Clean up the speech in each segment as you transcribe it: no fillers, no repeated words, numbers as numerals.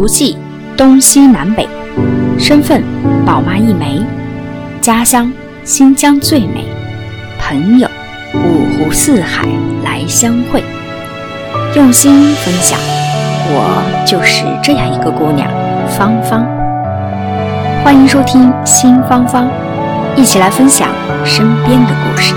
不计东西南北，身份宝妈一枚，家乡新疆最美，朋友五湖四海来相会，用心分享。我就是这样一个姑娘，芳芳。欢迎收听新芳芳，一起来分享身边的故事。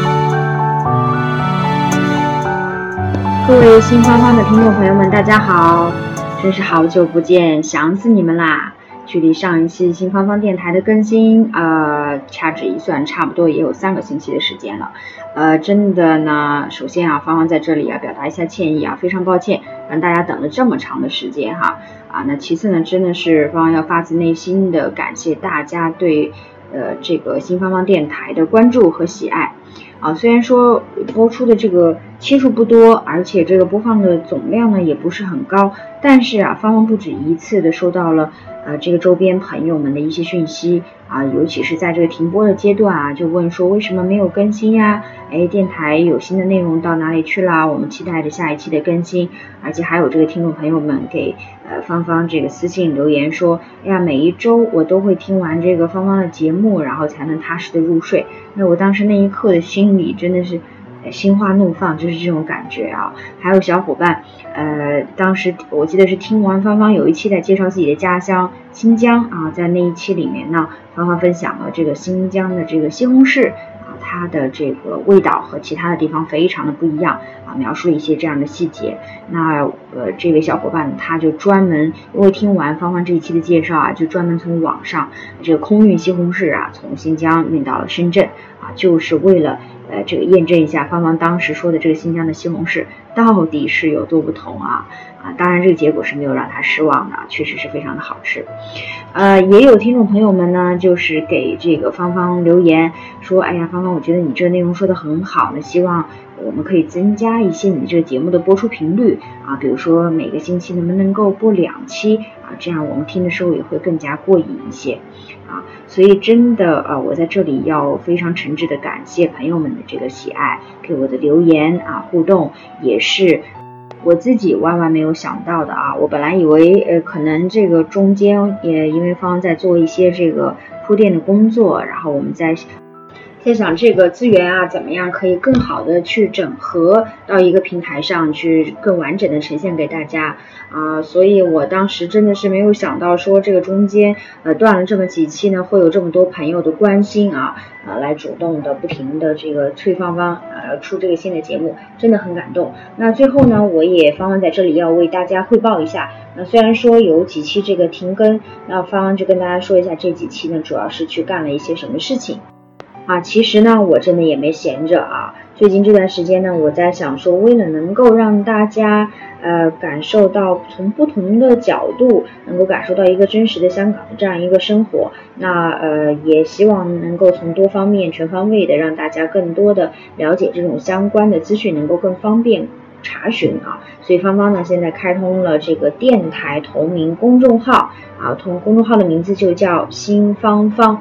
各位新芳芳的听众朋友们，大家好，真是好久不见，想死你们啦！距离上一期新芳芳电台的更新，掐指一算，差不多也有3个星期的时间了。真的呢，首先啊，芳芳在这里表达一下歉意啊，非常抱歉让大家等了这么长的时间哈。那其次呢，真的是芳芳要发自内心的感谢大家对这个新芳芳电台的关注和喜爱。虽然说播出的这个期数不多，而且这个播放的总量呢也不是很高，但是芳芳不止一次的收到了这个周边朋友们的一些讯息尤其是在这个停播的阶段就问说为什么没有更新呀？电台有新的内容到哪里去啦？我们期待着下一期的更新。而且还有这个听众朋友们给芳芳这个私信留言说，每一周我都会听完这个芳芳的节目，然后才能踏实的入睡。那我当时那一刻的心里真的是心花怒放，就是这种感觉还有小伙伴当时我记得是听完芳芳有一期在介绍自己的家乡新疆在那一期里面呢，芳芳分享了这个新疆的这个西红柿它的这个味道和其他的地方非常的不一样描述了一些这样的细节。那这位小伙伴他就专门因为听完芳芳这一期的介绍就专门从网上这个空运西红柿从新疆运到了深圳就是为了这个验证一下芳芳当时说的这个新疆的西红柿到底是有多不同当然这个结果是没有让他失望的，确实是非常的好吃。也有听众朋友们呢就是给这个芳芳留言说，芳芳我觉得你这个内容说的很好，那希望我们可以增加一些你这个节目的播出频率比如说每个星期能不能够播2期这样我们听的时候也会更加过瘾一些所以真的我在这里要非常诚挚的感谢朋友们的这个喜爱，给我的留言互动，也是我自己万万没有想到的我本来以为可能这个中间也因为芳芳在做一些这个铺垫的工作，然后我们在想这个资源怎么样可以更好的去整合到一个平台上去更完整的呈现给大家所以我当时真的是没有想到说这个中间断了这么几期呢，会有这么多朋友的关心来主动的不停的这个催芳芳出这个新的节目，真的很感动。那最后呢，我也芳芳在这里要为大家汇报一下，那虽然说有几期这个停更，那芳芳就跟大家说一下这几期呢主要是去干了一些什么事情其实呢我真的也没闲着最近这段时间呢，我在想说为了能够让大家感受到从不同的角度能够感受到一个真实的香港的这样一个生活，那也希望能够从多方面全方位的让大家更多的了解这种相关的资讯，能够更方便查询所以芳芳呢现在开通了这个电台同名公众号公众号的名字就叫新芳芳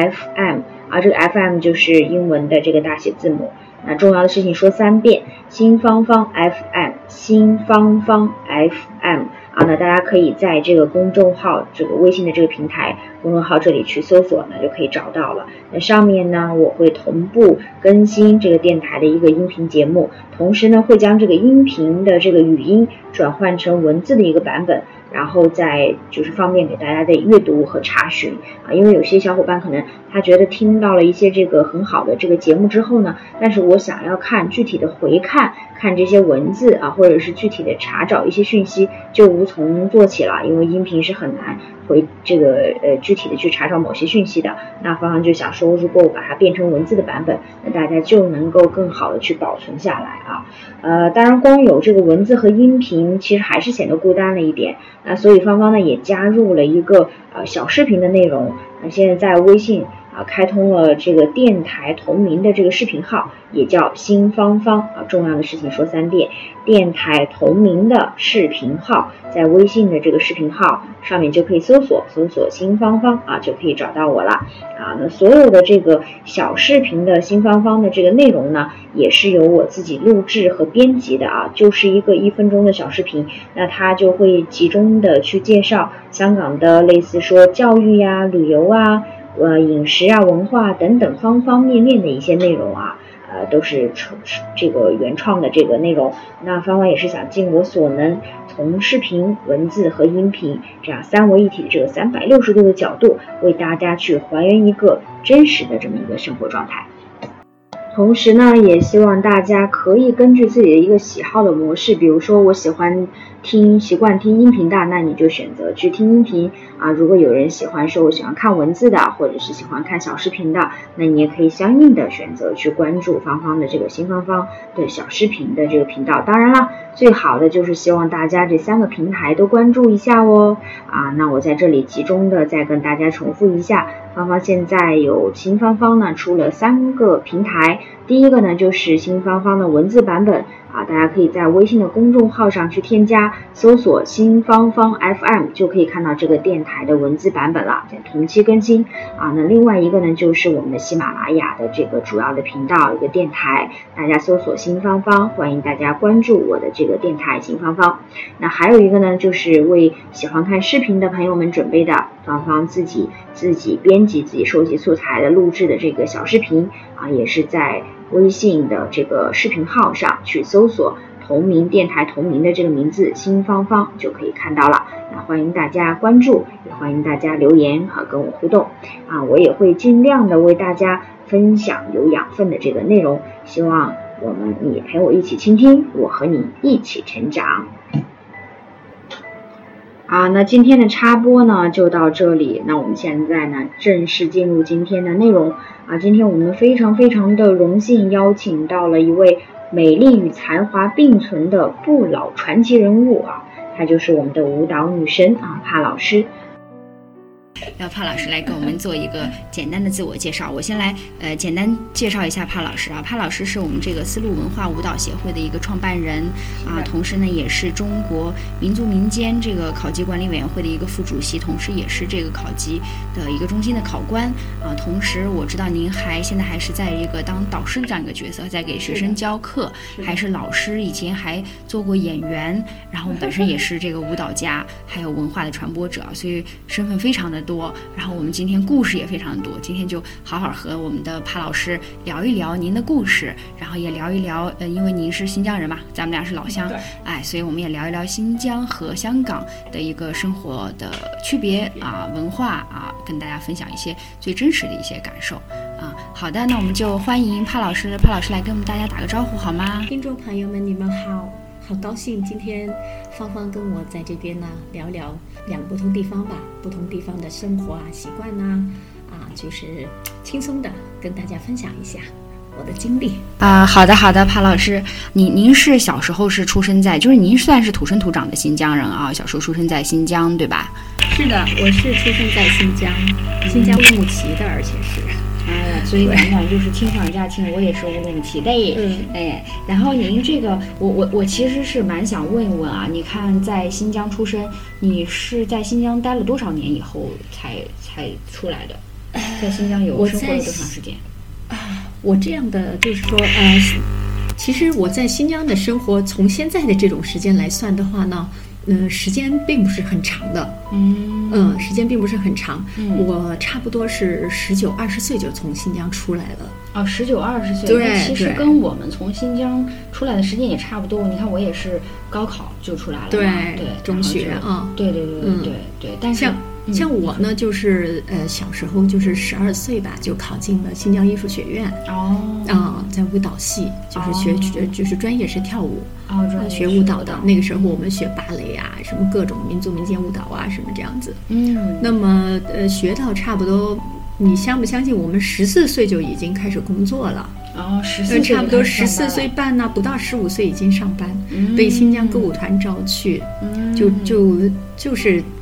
FM这个 FM 就是英文的这个大写字母。那重要的事情说3遍，新芳芳 FM， 新芳芳 FM那大家可以在这个公众号这个微信的这个平台公众号这里去搜索呢就可以找到了。那上面呢我会同步更新这个电台的一个音频节目，同时呢会将这个音频的这个语音转换成文字的一个版本，然后再就是方便给大家的阅读和查询因为有些小伙伴可能他觉得听到了一些这个很好的这个节目之后呢，但是我想要看具体的回看这些文字或者是具体的查找一些讯息就无从做起了，因为音频是很难回这个具体的去查找某些讯息的。那芳芳就想说，如果我把它变成文字的版本，那大家就能够更好的去保存下来当然光有这个文字和音频其实还是显得孤单了一点，所以芳芳呢也加入了一个小视频的内容现在在微信开通了这个电台同名的这个视频号，也叫新芳芳重要的事情说3遍，电台同名的视频号，在微信的这个视频号上面就可以搜索新芳芳就可以找到我了那所有的这个小视频的新芳芳的这个内容呢，也是由我自己录制和编辑的就是一个1分钟的小视频，那它就会集中的去介绍香港的类似说教育呀、旅游饮食文化等等方方面面的一些内容都是这个原创的这个内容。那芳芳也是想尽我所能，从视频、文字和音频这样3位一体的这个360度的角度，为大家去还原一个真实的这么一个生活状态。同时呢，也希望大家可以根据自己的一个喜好的模式，比如说我习惯听音频的，那你就选择去听音频如果有人喜欢说我喜欢看文字的，或者是喜欢看小视频的，那你也可以相应的选择去关注芳芳的这个新芳芳的小视频的这个频道。当然了，最好的就是希望大家这3个平台都关注一下那我在这里集中的再跟大家重复一下，芳芳现在有新芳芳呢出了3个平台，第一个呢就是新芳芳的文字版本大家可以在微信的公众号上去添加，搜索新芳芳 FM 就可以看到这个电台的文字版本了，在同期更新那另外一个呢就是我们的喜马拉雅的这个主要的频道一个电台，大家搜索新芳芳，欢迎大家关注我的这个电台新芳芳。那还有一个呢就是为喜欢看视频的朋友们准备的芳芳自己编辑自己收集素材的录制的这个小视频也是在微信的这个视频号上去搜索同名电台同名的这个名字新芳芳就可以看到了。那欢迎大家关注，也欢迎大家留言和跟我互动我也会尽量的为大家分享有养分的这个内容，希望你陪我一起倾听，我和你一起成长那今天的插播呢就到这里，那我们现在呢正式进入今天的内容今天我们非常非常的荣幸邀请到了一位美丽与才华并存的不老传奇人物她就是我们的舞蹈女神帕老师。 要帕老师来给我们做一个简单的自我介绍。我先来简单介绍一下帕老师帕老师是我们这个丝路文化舞蹈协会的一个创办人同时呢也是中国民族民间这个考级管理委员会的一个副主席，同时也是这个考级的一个中心的考官同时我知道您现在还是在一个当导师的这样一个角色，在给学生教课，还是老师，以前还做过演员，然后本身也是这个舞蹈家还有文化的传播者，所以身份非常的多。然后我们今天故事也非常的多，今天就好好和我们的帕老师聊一聊您的故事，然后也聊一聊因为您是新疆人嘛，咱们俩是老乡所以我们也聊一聊新疆和香港的一个生活的区别文化跟大家分享一些最真实的一些感受好的，那我们就欢迎帕老师来跟我们大家打个招呼好吗？ 听众朋友们你们好，好高兴今天芳芳跟我在这边呢聊聊2个不同地方吧，不同地方的生活习惯就是轻松的跟大家分享一下我的经历好的，帕老师，您是小时候是出生在，就是您算是土生土长的新疆人小时候出生在新疆对吧？ 是的，我是出生在新疆乌鲁木齐的，而且是所以咱俩就是亲上加亲，我也是乌鲁木齐的然后您这个我其实是蛮想问一问你看在新疆出生，你是在新疆待了多少年以后才出来的？在新疆有生活了多长时间？ 我这样的就是说其实我在新疆的生活，从现在的这种时间来算的话呢时间并不是很长的时间并不是很长我差不多是19、20岁就从新疆出来了 19、20岁， 对， 其实跟我们从新疆出来的时间也差不多。你看我也是高考就出来了对，中学对，但是像我呢就是小时候就是12岁吧就考进了新疆艺术学院在舞蹈系，就是就是专业是跳舞学舞蹈的。那个时候我们学芭蕾什么各种民族民间舞蹈什么这样子那么学到差不多，你相不相信我们14岁就已经开始工作了差不多14岁半不到15岁已经上班被新疆歌舞团招去就是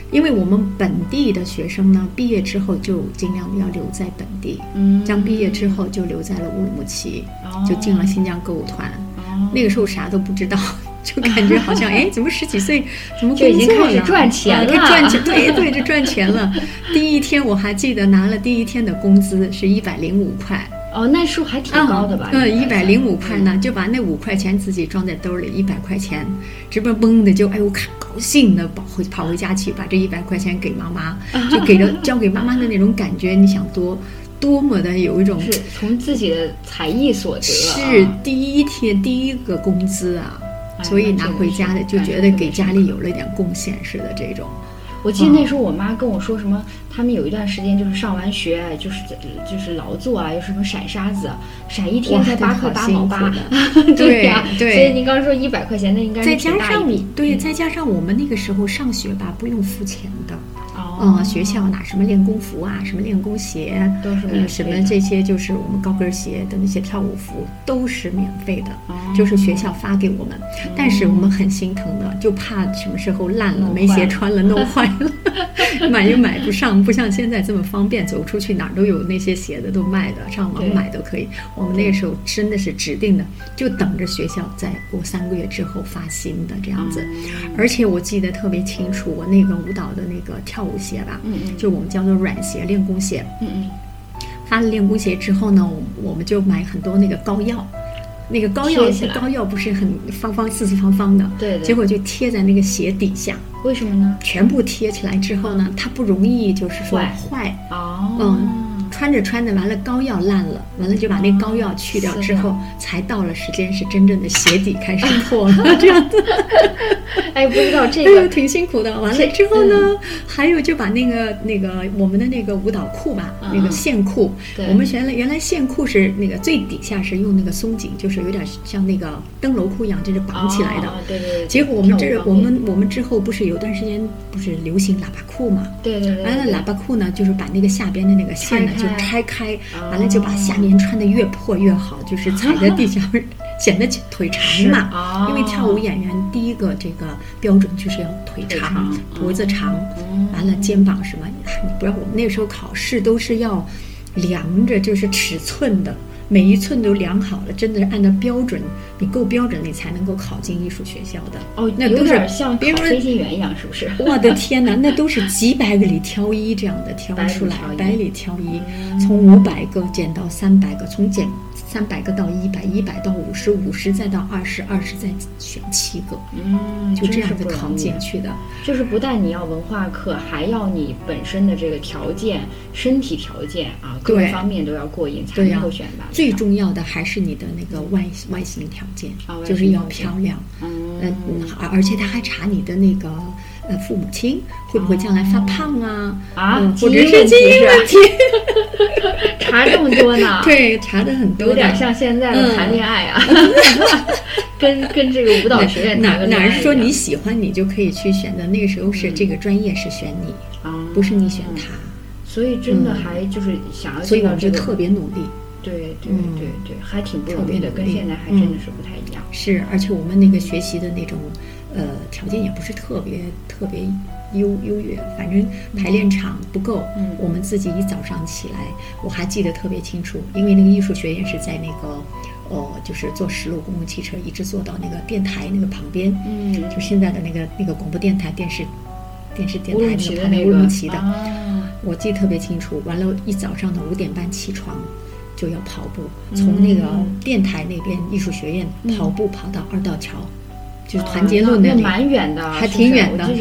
因为我们本地的学生呢，毕业之后就尽量要留在本地。将毕业之后就留在了乌鲁木齐，就进了新疆歌舞团。那个时候啥都不知道，就感觉好像怎么10几岁怎么就已经开始赚钱了？ 赚钱，对，就赚钱了。第一天我还记得拿了第一天的工资是105块。 那数还挺高的吧 ？105块呢，就把那5块钱自己装在兜里，100块钱，直蹦蹦的就我看高兴的跑回家去，把这100块钱给妈妈，就交给妈妈的那种感觉，你想多么的有一种是从自己的才艺所得， 是第一个工资啊，所以拿回家的就觉得给家里有了点贡献似的这种。 我记得那时候我妈跟我说什么，他们有一段时间就是上完学就是劳作啊，有什么骰沙子，骰一天才8块8毛8，对呀，所以您刚说100块钱，那应该是挺大一笔。 对，再加上我们那个时候上学吧，不用付钱的。学校拿什么练功服啊，什么练功鞋， 都是免费的， 什么这些就是我们高跟鞋的那些跳舞服都是免费的，就是学校发给我们。但是我们很心疼的，就怕什么时候烂了，没鞋穿了，弄坏了，买又买不上，不像现在这么方便，走出去哪儿都有那些鞋的都卖的，上网买都可以。我们那个时候真的是指定的，就等着学校在过3个月之后发新的这样子。而且我记得特别清楚，我那个舞蹈的那个跳舞鞋吧，就我们叫做软鞋练功鞋。发了练功鞋之后呢，我们就买很多那个膏药，那个膏药不是很四四方方的， 对， 结果就贴在那个鞋底下。 为什么呢？ 全部贴起来之后呢，它不容易就是说坏。穿着完了膏药烂了，完了就把那膏药去掉之后，才到了时间是真正的鞋底开始破了，这样子。 不知道这个挺辛苦的。完了之后呢，还有就把那个我们的那个舞蹈裤吧，那个线裤，我们原来线裤是那个最底下是用那个松紧，就是有点像那个灯笼裤一样，就是绑起来的。 对。 结果我们之后不是有段时间不是流行喇叭裤嘛？ 对。 完了喇叭裤呢，就是把那个下边的那个线呢就拆开，完了就把下面穿的越破越好，就是踩在地上显得腿长嘛。因为跳舞演员第一个这个标准就是要腿长，脖子长，完了肩膀什么，你不要我们那个时候考试都是要量着，就是尺寸的。每一寸都量好了，真的是按照标准，你够标准，你才能够考进艺术学校的。 那有点像考飞行员一样，是不是？ 我的天哪，那都是几百个里挑一这样的挑出来，百里挑一，从500个减到300个，从减300个到100到50再到20再选7个，就这样子考进去的。 就是不但你要文化课，还要你本身的这个条件、身体条件啊，各个方面都要过硬才能够选拔。 最重要的还是你的那个外形条件，就是要漂亮。而且他还查你的那个父母亲会不会将来发胖或者是基因问题。 查这么多呢？ 对，查的很多， 有点像现在的谈恋爱啊。跟这个舞蹈学院谈个恋爱。 哪是说你喜欢你就可以去选的？那个时候是这个专业是选你，不是你选他。 所以真的还就是想要， 所以我们就特别努力。 对，还挺不容易的，跟现在还真的是不太一样。 是，而且我们那个学习的那种条件也不是特别优越，反正排练场不够，我们自己一早上起来，我还记得特别清楚，因为那个艺术学院是在那个就是坐10路公共汽车一直坐到那个电台那个旁边，就现在的那个广播电台电视电台那个旁边乌鲁木齐的，我记得特别清楚。完了，一早上的5点半起床。就要跑步，从那个电台那边艺术学院跑步跑到2道桥，就是团结路那里， 蛮远的， 还挺远的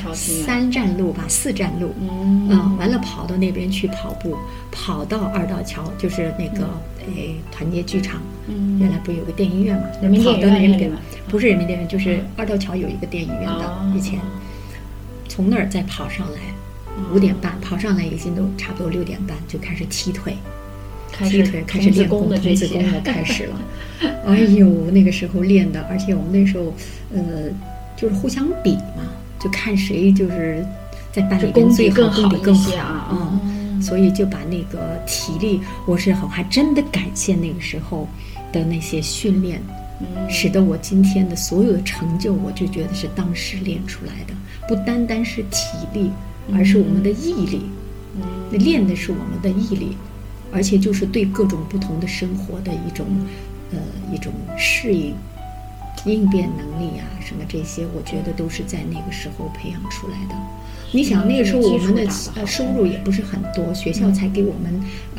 ，3 站路吧，4站路。完了跑到那边去跑步，跑到2道桥，就是那个团结剧场，原来不是有个电影院嘛？ 人民电影院不是人民电影院，就是2道桥有一个电影院的，以前从那儿再跑上来，5点半跑上来已经都差不多6点半就开始踢腿。开始练功的童子功了，开始了。哎呦，那个时候练的，而且我们那时候就是互相比嘛，就看谁就是在班里边最好，功底更好所以就把那个体力，我还真的感谢那个时候的那些训练， 使得我今天的所有的成就，我就觉得是当时练出来的，不单单是体力，而是我们的毅力。练的是我们的毅力，而且就是对各种不同的生活的一种适应、应变能力啊，什么这些，我觉得都是在那个时候培养出来的。你想那个时候我们的收入也不是很多，学校才给我们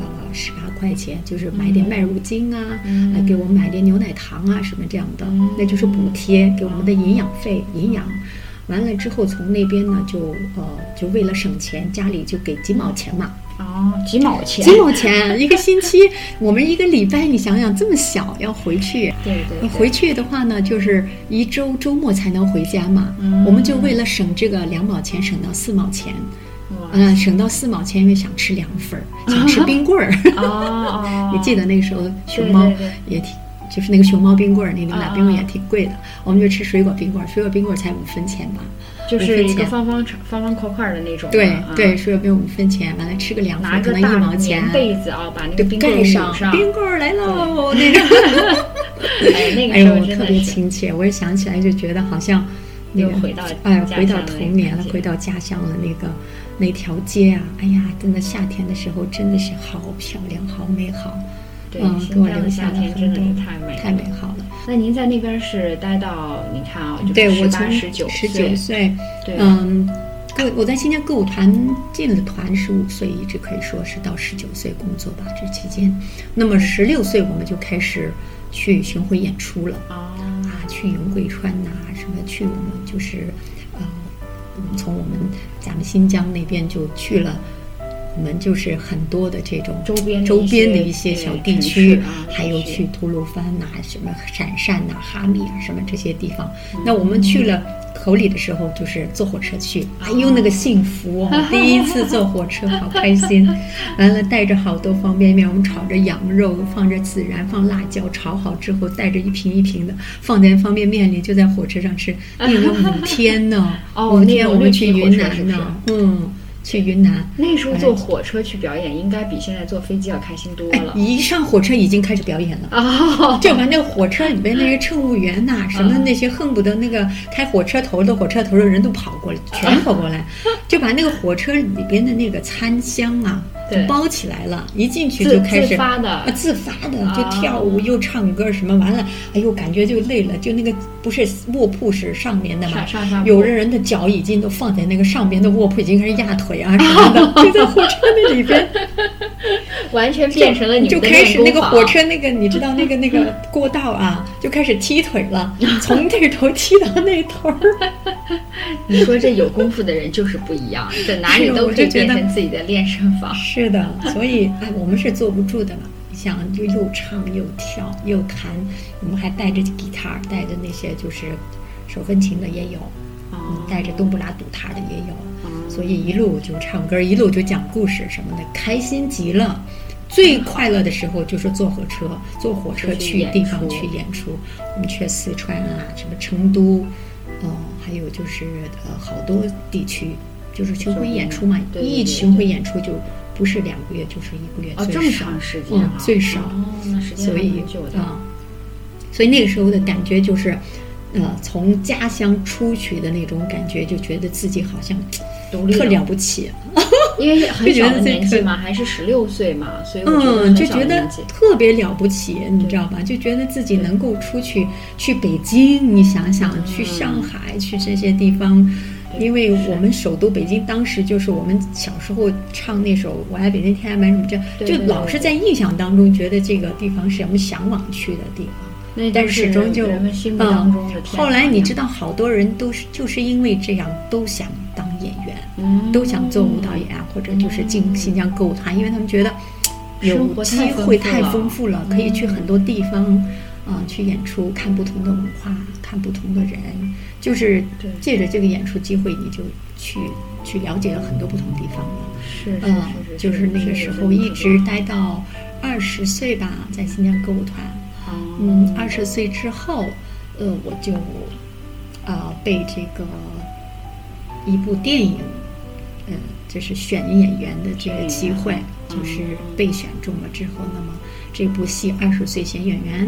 18块钱，就是买点麦乳精啊，给我们买点牛奶糖啊什么这样的，那就是补贴给我们的营养费，营养。完了之后从那边呢就为了省钱，家里就给几毛钱嘛。 几毛钱一个星期，我们一个礼拜，你想想这么小要回去， 对， 回去的话呢，就是一周末才能回家嘛。我们就为了省这个2毛钱，省到4毛钱，省到4毛钱，因为想吃凉粉，想吃冰棍儿。你记得那个时候熊猫也挺。就是那个熊猫冰棍儿，那牛奶冰棍也挺贵的，我们就吃水果冰棍儿，水果冰棍儿才5分钱吧， 就是一个方方块块的那种。 对，水果冰5分钱，完了吃个凉粉可能1毛钱。 拿个大棉被子把那个冰棍儿盖上，冰棍儿来喽，那种。 那个时候真的特别亲切，我也想起来就觉得好像又回到童年了，回到家乡了。那条街啊，哎呀，真的夏天的时候真的是好漂亮，好美好。 对， 给我留下了很多，真的是太美好了。 那您在那边是待到你看啊， 对， 我从19岁，我在新疆歌舞团进了团15岁，一直可以说是到19岁工作吧，这期间。那么16岁我们就开始去巡回演出了，去云贵川呐，什么去我们就是从咱们新疆那边就去了。我们就是很多的这种周边的一些小地区，还有去吐鲁番呐、什么陕善呐、哈密啊，什么这些地方。那我们去了口里的时候，就是坐火车去，哎呦那个幸福哦！第一次坐火车，好开心。完了带着好多方便面，我们炒着羊肉，放着孜然，放辣椒，炒好之后带着一瓶一瓶的放在方便面里，就在火车上吃。那个5天呢，5天我们去云南呢，去云南， 那时候坐火车去表演，应该比现在坐飞机要开心多了。 一上火车已经开始表演了，就把那个火车里边那些乘务员呐，什么那些恨不得那个开火车头的人都跑过来，全跑过来，就把那个火车里边的那个餐厢啊，就包起来了。一进去就开始自发的就跳舞又唱歌什么，完了，哎呦感觉就累了，就那个不是卧铺是上面的嘛，有的人的脚已经都放在那个上边的卧铺，已经开始压腿啊什么的，就在火车那里边， 完全变成了你们的就开始那个火车那个你知道那个过道啊，就开始踢腿了，从这头踢到那头。 你说这有功夫的人就是不一样，在哪里都可以变成自己的练身房。 是的，所以我们是坐不住的嘛。你想就又唱又跳又弹，我们还带着吉他，带着那些就是手风琴的也有，带着冬不拉堵他的也有，所以一路就唱歌，一路就讲故事什么的，开心极了。最快乐的时候就是坐火车去地方去演出。我们去四川啊，什么成都，还有就是好多地区，就是巡回演出嘛。一巡回演出就不是2个月，就是1个月，最少。 这么长时间最少。 那时间很久的。 所以那个时候的感觉就是，从家乡出去的那种感觉，就觉得自己好像特了不起。 因为很小的年纪嘛，还是16岁嘛，所以我觉得就觉得特别了不起，你知道吧？就觉得自己能够出去北京，你想想，去上海，去这些地方。因为我们首都北京当时就是我们小时候唱那首《我爱北京天安门》什么这，就老是在印象当中觉得这个地方是我们向往去的地方。但始终就后来你知道，好多人就是因为这样都想当演员，都想做舞蹈演员，或者就是进新疆歌舞团，因为他们觉得有机会太丰富了，可以去很多地方去演出，看不同的文化，看不同的人，就是借着这个演出机会，你就去了解了很多不同地方了。 是就是那个时候一直待到20岁吧，在新疆歌舞团。20岁之后，我就被这个一部电影，就是选演员的这个机会，就是被选中了之后，那么这部戏20岁选演员，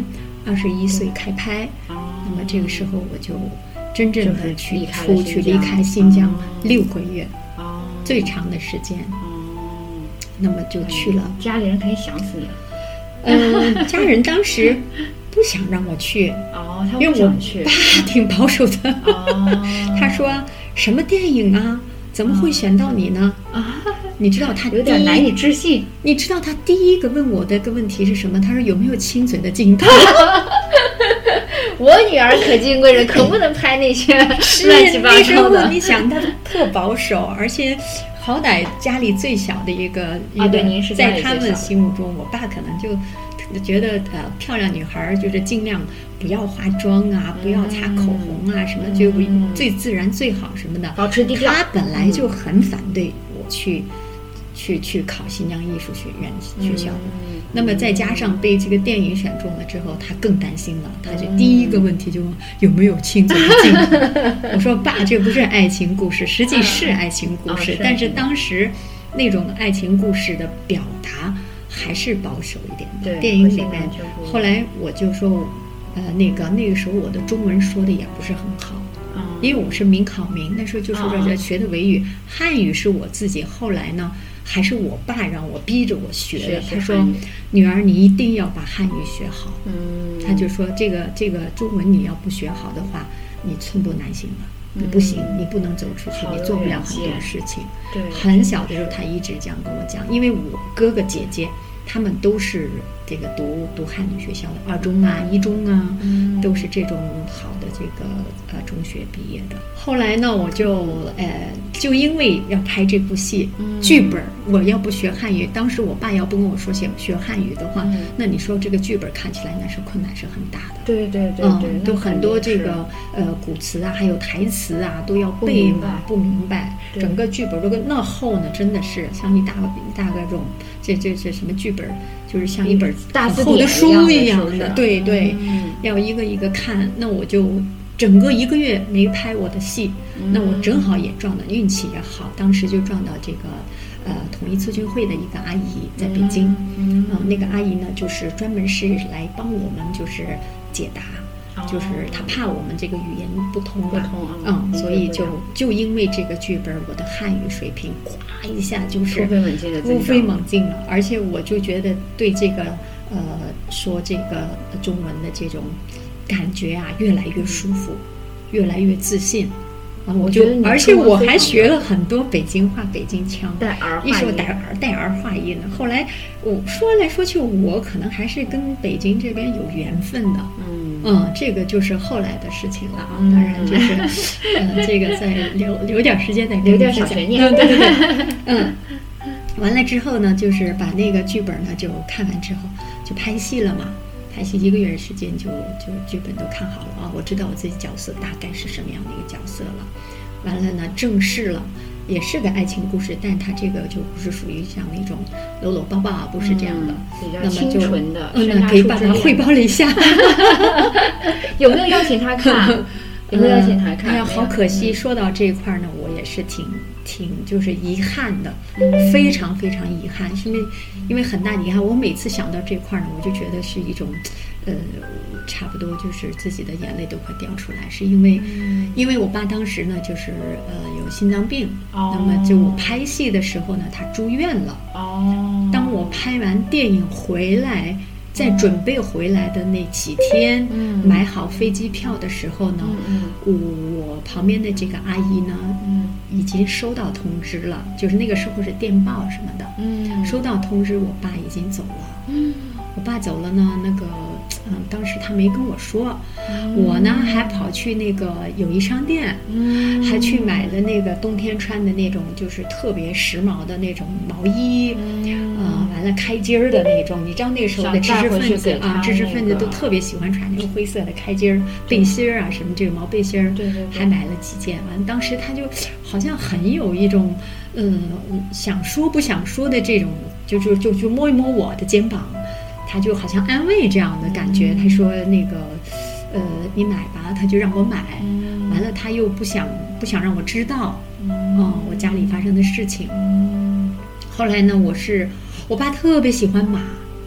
21岁开拍，那么这个时候我就真正的出去离开新疆6个月，最长的时间。那么就去了， 家里人肯定想死你了。 家人当时不想让我去， 他因为我爸挺保守的。他说什么电影啊，怎么会选到你呢？你知道他有点难以置信。 你知道他第一个问我的个问题是什么？他说有没有亲嘴的镜头？ 我女儿可金贵了，可不能拍那些乱七八糟的。 那时候你想他特保守，而且好歹家里最小的一个， 对，您是在他们心目中，我爸可能就觉得漂亮女孩就是尽量不要化妆啊，不要擦口红啊，什么就最自然最好什么的， 保持低调。 他本来就很反对我去考新疆艺术学院学校，那么再加上被这个电影选中了之后，他更担心了。他就第一个问题就有没有亲嘴的镜头？我说爸，这不是爱情故事，实际是爱情故事，但是当时那种爱情故事的表达还是保守一点的。电影里面，后来我就说，那个时候我的中文说的也不是很好。因为我是民考民，那时候就是说学的维语，汉语是我自己后来呢，还是我爸让我逼着我学的。他说：“女儿，你一定要把汉语学好。”他就说这个中文你要不学好的话，你寸步难行了，你不行，你不能走出去，你做不了很多事情。 对， 很小的时候他一直这样跟我讲，因为我哥哥姐姐他们都是这个读汉语学校的，2中啊、1中啊，都是这种好的这个中学毕业的。后来呢，我就因为要拍这部戏，剧本我要不学汉语，当时我爸要不跟我说学汉语的话，那你说这个剧本看起来那是困难是很大的。 对， 都很多这个古词啊，还有台词啊都要背嘛，不明白。整个剧本如果那厚呢，真的是像一大个这种这什么剧本，就是像一本大厚的书一样的。 对，要一个一个看。那我就整个1个月没拍我的戏，那我正好也撞到运气也好，当时就撞到这个统一促进会的一个阿姨在北京，那个阿姨呢就是专门是来帮我们就是解答。就是他怕我们这个语言不通所以就因为这个剧本，我的汉语水平咵一下就是突飞猛进了，而且我就觉得对这个说这个中文的这种感觉啊越来越舒服，越来越自信。而且我还学了很多北京话、北京腔，一说带儿化音的。后来我说来说去，我可能还是跟北京这边有缘分的。这个就是后来的事情了啊。当然就是这个再留点时间再跟你分享。 留点小悬念。 对。完了之后呢，就是把那个剧本呢就看完之后就拍戏了嘛。拍戏1个月的时间就剧本都看好了啊，我知道我自己角色大概是什么样的一个角色了。完了呢，正式了，也是个爱情故事，但它这个就不是属于像那种搂搂抱抱啊，不是这样的， 比较清纯的。 那可以把它汇报了一下。 有没有邀请他看？有没有邀请他看？ 哎呀，好可惜。说到这一块呢，我也是挺就是遗憾的，非常非常遗憾，是因为很大的遗憾。我每次想到这块呢，我就觉得是一种，差不多就是自己的眼泪都快掉出来，是因为我爸当时呢就是有心脏病，那么就我拍戏的时候呢，他住院了。当我拍完电影回来。在准备回来的那几天，买好飞机票的时候呢，我旁边的这个阿姨呢，已经收到通知了，就是那个时候是电报什么的，收到通知，我爸已经走了。我爸走了呢，那个当时他没跟我说，我呢还跑去那个友谊商店，还去买了那个冬天穿的那种就是特别时髦的那种毛衣，完了开襟儿的那种，你知道那时候的知识分子啊，知识分子都特别喜欢穿那种灰色的开襟儿背心儿啊，什么这个毛背心儿，还买了几件。完了，当时他就好像很有一种想说不想说的这种，就摸一摸我的肩膀。他就好像安慰这样的感觉，他说那个，你买吧，他就让我买，完了他又不想让我知道，我家里发生的事情。后来呢，我爸特别喜欢马，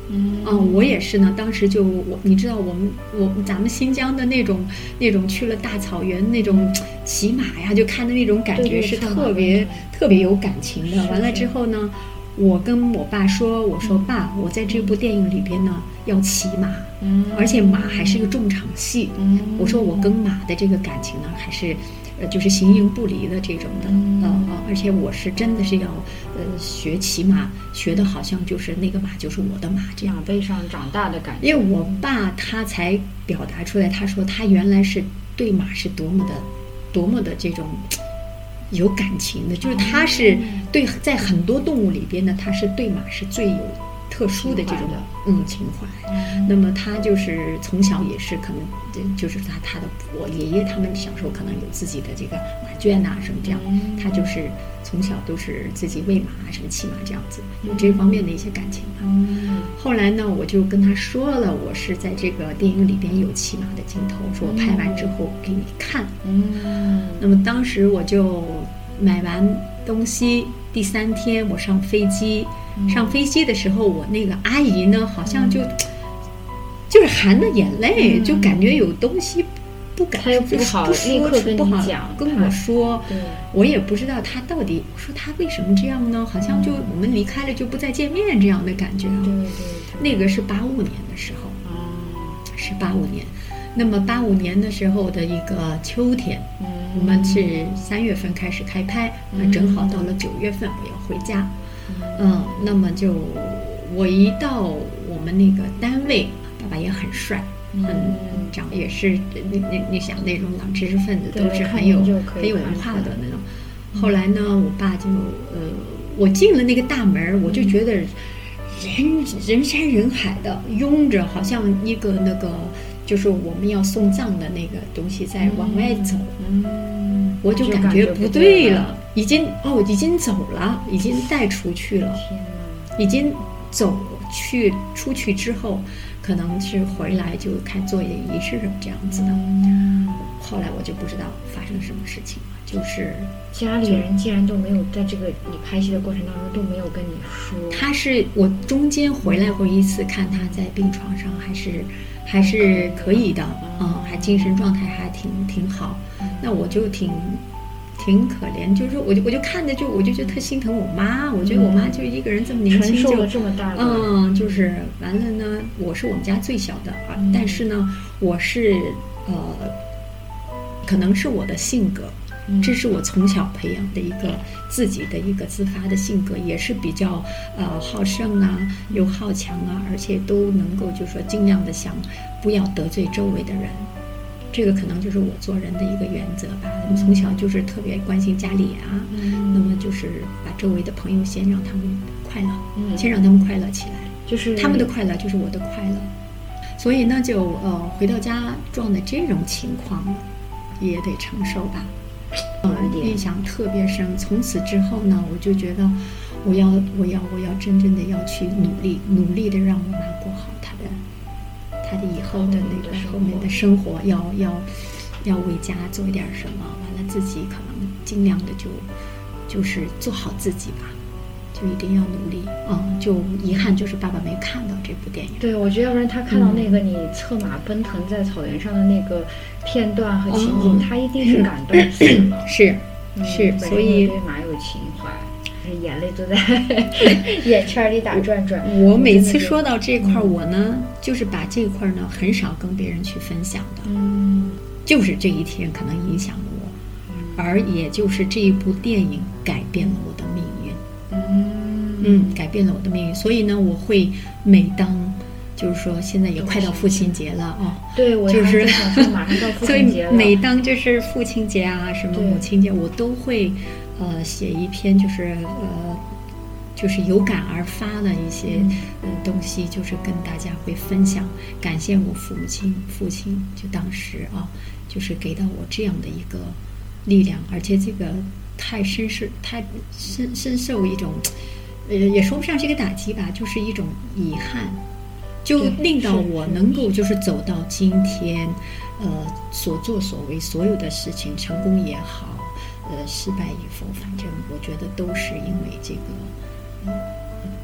我也是呢。当时就你知道咱们新疆的那种去了大草原那种骑马呀，就看的那种感觉是特别特别有感情的。完了之后呢，我跟我爸说，我说爸，我在这部电影里边呢要骑马，而且马还是个重场戏。我说我跟马的这个感情呢还是就是形影不离的这种的，而且我是真的是要学骑马，学的好像就是那个马就是我的马这样， 马背上长大的感觉。 因为我爸他才表达出来，他说他原来是对马是多么的这种有感情的，就是他是对在很多动物里边呢，他是对马是最有特殊的这种情怀。那么他就是从小也是可能就是他的我爷爷他们小时候可能有自己的这个马圈啊什么这样，他就是从小都是自己喂马什么骑马这样子，有这方面的一些感情吧。后来呢，我就跟他说了，我是在这个电影里边有骑马的镜头，说我拍完之后给你看。那么当时我就买完东西，第3天我上飞机。上飞机的时候，我那个阿姨呢，好像就是含着眼泪，就感觉有东西不敢， 她又不好立刻跟你讲， 跟我说，我也不知道她到底，我说她为什么这样呢？好像就我们离开了就不再见面这样的感觉。 对， 那个是85年的时候，是85年。那么85年的时候的一个秋天，我们是3月份开始开拍，正好到了9月份我要回家。那么就我一到我们那个单位，爸爸也很帅，长也是你想那种老知识分子都是很有文化的那种。后来呢，我爸就我进了那个大门，我就觉得人山人海的拥着，好像一个那个就是我们要送葬的那个东西在往外走。我就感觉不对了，已经走了，已经带出去了，已经出去之后，可能是回来就开做仪式这样子的。后来我就不知道发生什么事情了，就是家里人竟然都没有在这个你拍戏的过程当中都没有跟你说。 他是我中间回来过一次，看他在病床上还是可以的，还精神状态还挺好。那我就挺可怜，就是说我就看着我就觉得特心疼我妈，我觉得我妈就一个人这么年轻承受了这么大的， 就是完了呢，我是我们家最小的但是呢，我是可能是我的性格，这是我从小培养的一个自己的一个自发的性格，也是比较好胜啊，又好强啊，而且都能够就是说尽量的想不要得罪周围的人。这个可能就是我做人的一个原则吧。从小就是特别关心家里啊，那么就是把周围的朋友先让他们快乐，先让他们快乐起来，就是他们的快乐就是我的快乐。所以呢，就回到家撞的这种情况，也得承受吧。印象特别深。从此之后呢，我就觉得我要真正的要去努力的让我妈过好她的以后的那个后面的生活，要为家做一点什么，完了自己可能尽量的就是做好自己吧，就一定要努力。就遗憾就是爸爸没看到这部电影。 对，我觉得要不然他看到那个你策马奔腾在草原上的那个片段和情景，他一定是感动死了。 是，所以对马有情怀。眼泪都在眼圈里打转转。 我每次说到这块我呢，就是把这块呢很少跟别人去分享的。就是这一天可能影响了我，而也就是这一部电影改变了我的命运。改变了我的命运。所以呢，我会每当就是说现在也快到父亲节了对，我就是想说马上到父亲节了。 所以每当就是父亲节啊，什么母亲节，我都会写一篇就是有感而发的一些东西，就是跟大家会分享，感谢我父亲就当时就是给到我这样的一个力量，而且这个太深受一种也说不上是一个打击吧，就是一种遗憾，就令到我能够就是走到今天，所作所为所有的事情，成功也好，失败与否，反正我觉得都是因为这个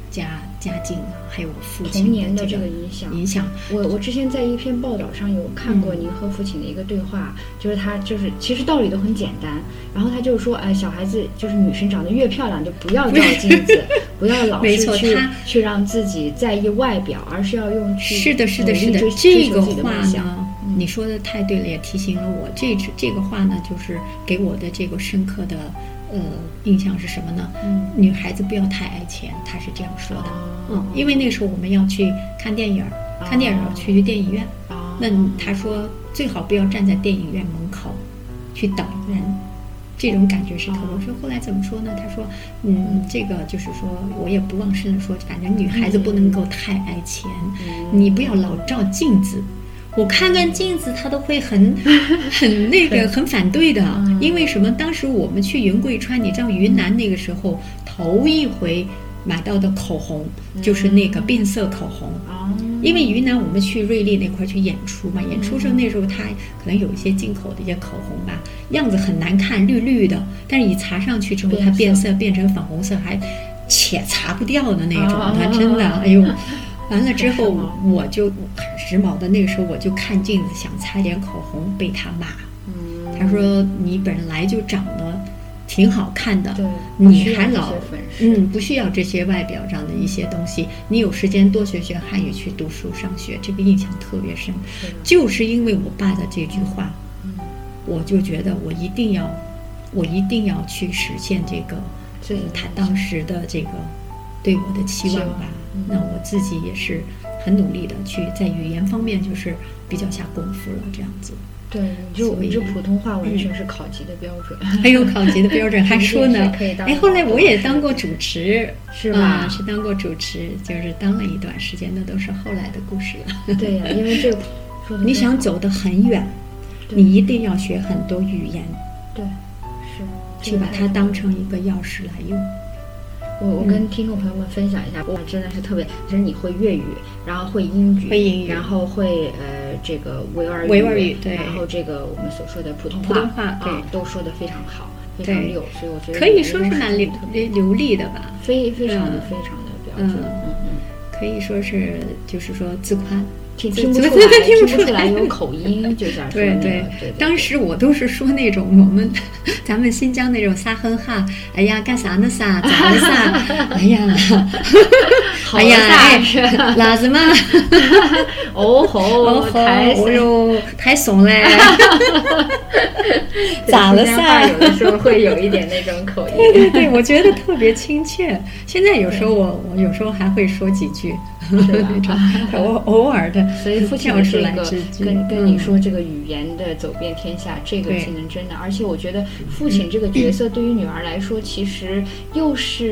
家境啊，还有我父亲童年的这个影响。我之前在一篇报道上有看过您和父亲的一个对话，就是他就是其实道理都很简单，然后他就是说，小孩子就是女生长得越漂亮就不要照镜子，不要老是去让自己在意外表，而是要用去是的，这个话呢，你说的太对了，也提醒了我。这个话呢，就是给我的这个深刻的印象是什么呢？女孩子不要太爱钱，他是这样说的。因为那时候我们要去看电影，去电影院。那他说最好不要站在电影院门口去等人，这种感觉是特别。我说后来怎么说呢？他说，这个就是说我也不忘身的说，反正女孩子不能够太爱钱，你不要老照镜子。我看镜子，他都会很反对的，因为什么？当时我们去云贵川，你知道云南那个时候头一回买到的口红就是那个变色口红，因为云南我们去瑞丽那块去演出嘛，演出时候那时候它可能有一些进口的一些口红吧，样子很难看，绿绿的，但是你擦上去之后它变色变成粉红色，还且擦不掉的那种，它真的，哎呦。完了之后，我就很时髦的那个时候，我就看镜子想擦点口红，被他骂。他说你本来就长得挺好看的，你还老不需要这些外表上的一些东西。你有时间多学学汉语，去读书上学，这个印象特别深。就是因为我爸的这句话，我就觉得我一定要去实现这个，他当时的这个对我的期望吧。那我自己也是很努力的去在语言方面就是比较下功夫了，这样子。 对，你这普通话完全是考级的标准， 还有考级的标准，还说呢。后来我也当过主持， 是吧？ 是当过主持，就是当了一段时间，那都是后来的故事了。 对呀，因为这个你想走得很远，你一定要学很多语言， 对， 去把它当成一个钥匙来用。 我跟听众朋友们分享一下，我真的是特别，就是你会粤语，然后会英语，然后会这个维吾尔语， 对， 然后这个我们所说的普通话， 对，都说得非常好，非常溜，所以我觉得可以说是蛮流利的吧， 非常的标准， 可以说是就是说自夸。 听不出来有口音，就这样说。对， 当时我都是说那种咱们新疆那种撒哼哈，哎呀干啥呢撒，咋了撒，哎呀， 哎呀， 老子嘛，太怂嘞，咋了撒？ 有的时候会有一点那种口音。 对，我觉得特别亲切。现在有时候我有时候还会说几句。我偶尔的， 所以父亲的这个跟你说这个语言的走遍天下，这个技能真的，而且我觉得父亲这个角色对于女儿来说，其实又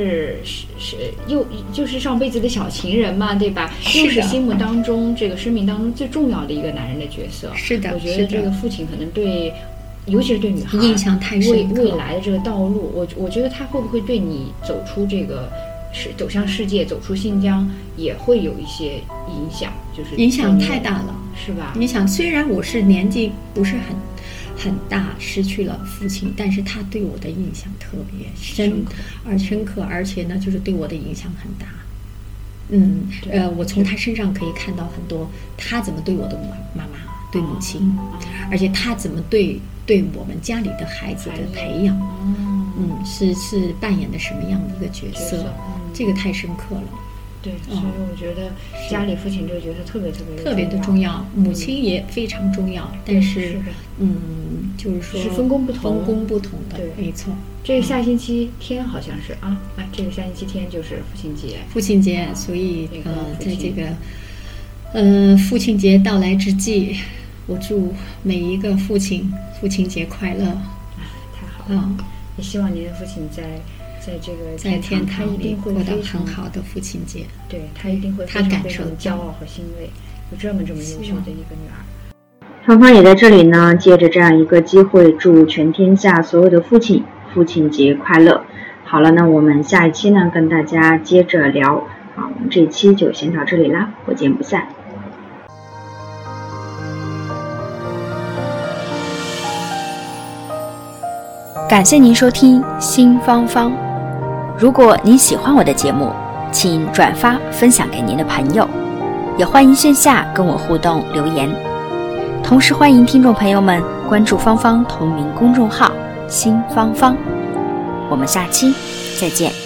就是上辈子的小情人嘛，对吧？又是心目当中这个生命当中最重要的一个男人的角色。 是的， 我觉得这个父亲可能对，尤其是对女孩印象太深刻。 未来的这个道路，我觉得他会不会对你走出这个？走向世界，走出新疆也会有一些影响，就是影响太大了， 是吧？ 你想，虽然我是年纪不是很大，失去了父亲，但是他对我的印象特别深刻，而且呢，就是对我的影响很大。我从他身上可以看到很多，他怎么对我的妈妈，对母亲，而且他怎么对我们家里的孩子的培养，是扮演的什么样的一个角色？这个太深刻了。 对，所以我觉得家里父亲这个角色特别的重要，母亲也非常重要，但是就是说是分工不同的，对，没错。 这个下星期天好像是这个下星期天就是父亲节， 所以在这个父亲节到来之际，我祝每一个父亲节快乐。 太好了，也希望您的父亲在这个在天堂里过得很好的父亲节， 对，他一定会非常骄傲和欣慰，有这么优秀的一个女儿。芳芳也在这里呢，借着这样一个机会，祝全天下所有的父亲节快乐。好了，那我们下一期呢，跟大家接着聊。好，我们这一期就先到这里啦，不见不散。 感谢您收听新芳芳。如果您喜欢我的节目， 请转发分享给您的朋友，也欢迎线下跟我互动留言。同时欢迎听众朋友们关注芳芳同名公众号新芳芳。我们下期再见。